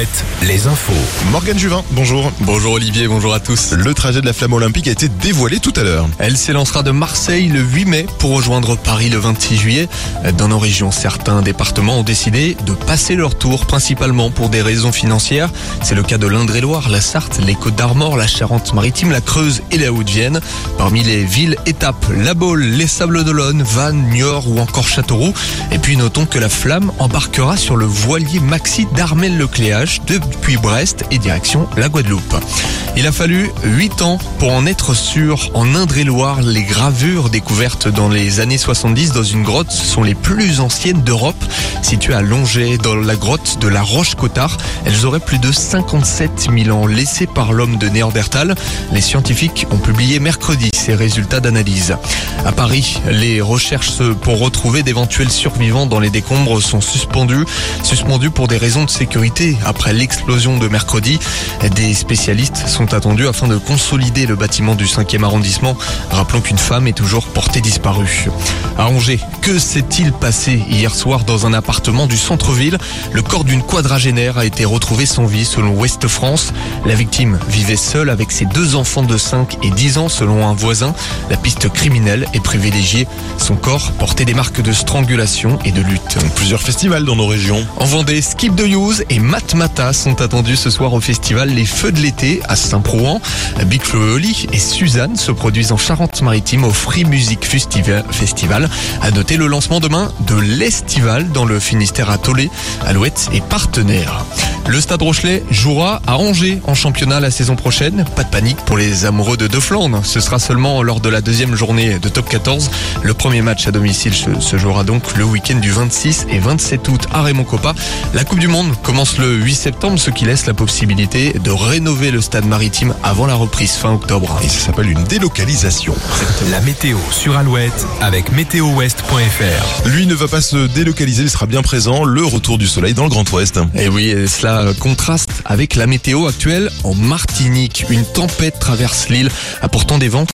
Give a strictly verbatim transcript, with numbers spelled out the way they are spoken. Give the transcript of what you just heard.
Alouette, les infos. Morgane Juvin, bonjour. Bonjour Olivier, bonjour à tous. Le trajet de la flamme olympique a été dévoilé tout à l'heure. Elle s'élancera de Marseille le huit mai pour rejoindre Paris le vingt-six juillet. Dans nos régions, certains départements ont décidé de passer leur tour, principalement pour des raisons financières. C'est le cas de l'Indre-et-Loire, la Sarthe, les Côtes-d'Armor, la Charente-Maritime, la Creuse et la Haute-Vienne. Parmi les villes étapes, La Baule, les Sables d'Olonne, Vannes, Niort ou encore Châteauroux. Et puis notons que la flamme embarquera sur le voilier Maxi d'Armel-le-Cléache depuis Brest et direction la Guadeloupe. Il a fallu huit ans pour en être sûr. En Indre-et-Loire, les gravures découvertes dans les années soixante-dix dans une grotte sont les plus anciennes d'Europe. Situées à Longey, dans la grotte de la Roche-Cotard, elles auraient plus de cinquante-sept mille ans, laissées par l'homme de Néandertal. Les scientifiques ont publié mercredi ces résultats d'analyse. À Paris, les recherches pour retrouver d'éventuels survivants dans les décombres sont suspendues. Suspendues pour des raisons de sécurité. Après l'explosion de mercredi, des spécialistes sont attendus afin de consolider le bâtiment du cinquième arrondissement. Rappelons qu'une femme est toujours portée disparue. À Angers, que s'est-il passé hier soir dans un appartement du centre-ville? Le corps d'une quadragénaire a été retrouvé sans vie selon Ouest France. La victime vivait seule avec ses deux enfants de cinq et dix ans selon un voisin. La piste criminelle est privilégiée. Son corps portait des marques de strangulation et de lutte. Plusieurs festivals dans nos régions. En Vendée, Skip de Use et Matmata sont attendus ce soir au festival Les Feux de l'été à Saint-Prouan. Big Flo et Oli et Suzanne se produisent en Charente-Maritime au Free Music Festival. À noter le lancement demain de l'Estival dans le Finistère à Tollet. Alouette est partenaire. Le Stade Rochelet jouera à Angers en championnat la saison prochaine. Pas de panique pour les amoureux de Deux-Flandres. Ce sera seulement lors de la deuxième journée de top quatorze. Le premier match à domicile se jouera donc le week-end du vingt-six et vingt-sept août à Raymond Kopa. La Coupe du Monde commence le huit septembre, ce qui laisse la possibilité de rénover le stade maritime avant la reprise fin octobre. Et ça s'appelle une délocalisation. La météo sur Alouette avec météo ouest point f r. Lui ne va pas se délocaliser, il sera bien présent. Le retour du soleil dans le Grand Ouest. Et oui, cela contraste avec la météo actuelle en Martinique. Une tempête traverse l'île, apportant des vents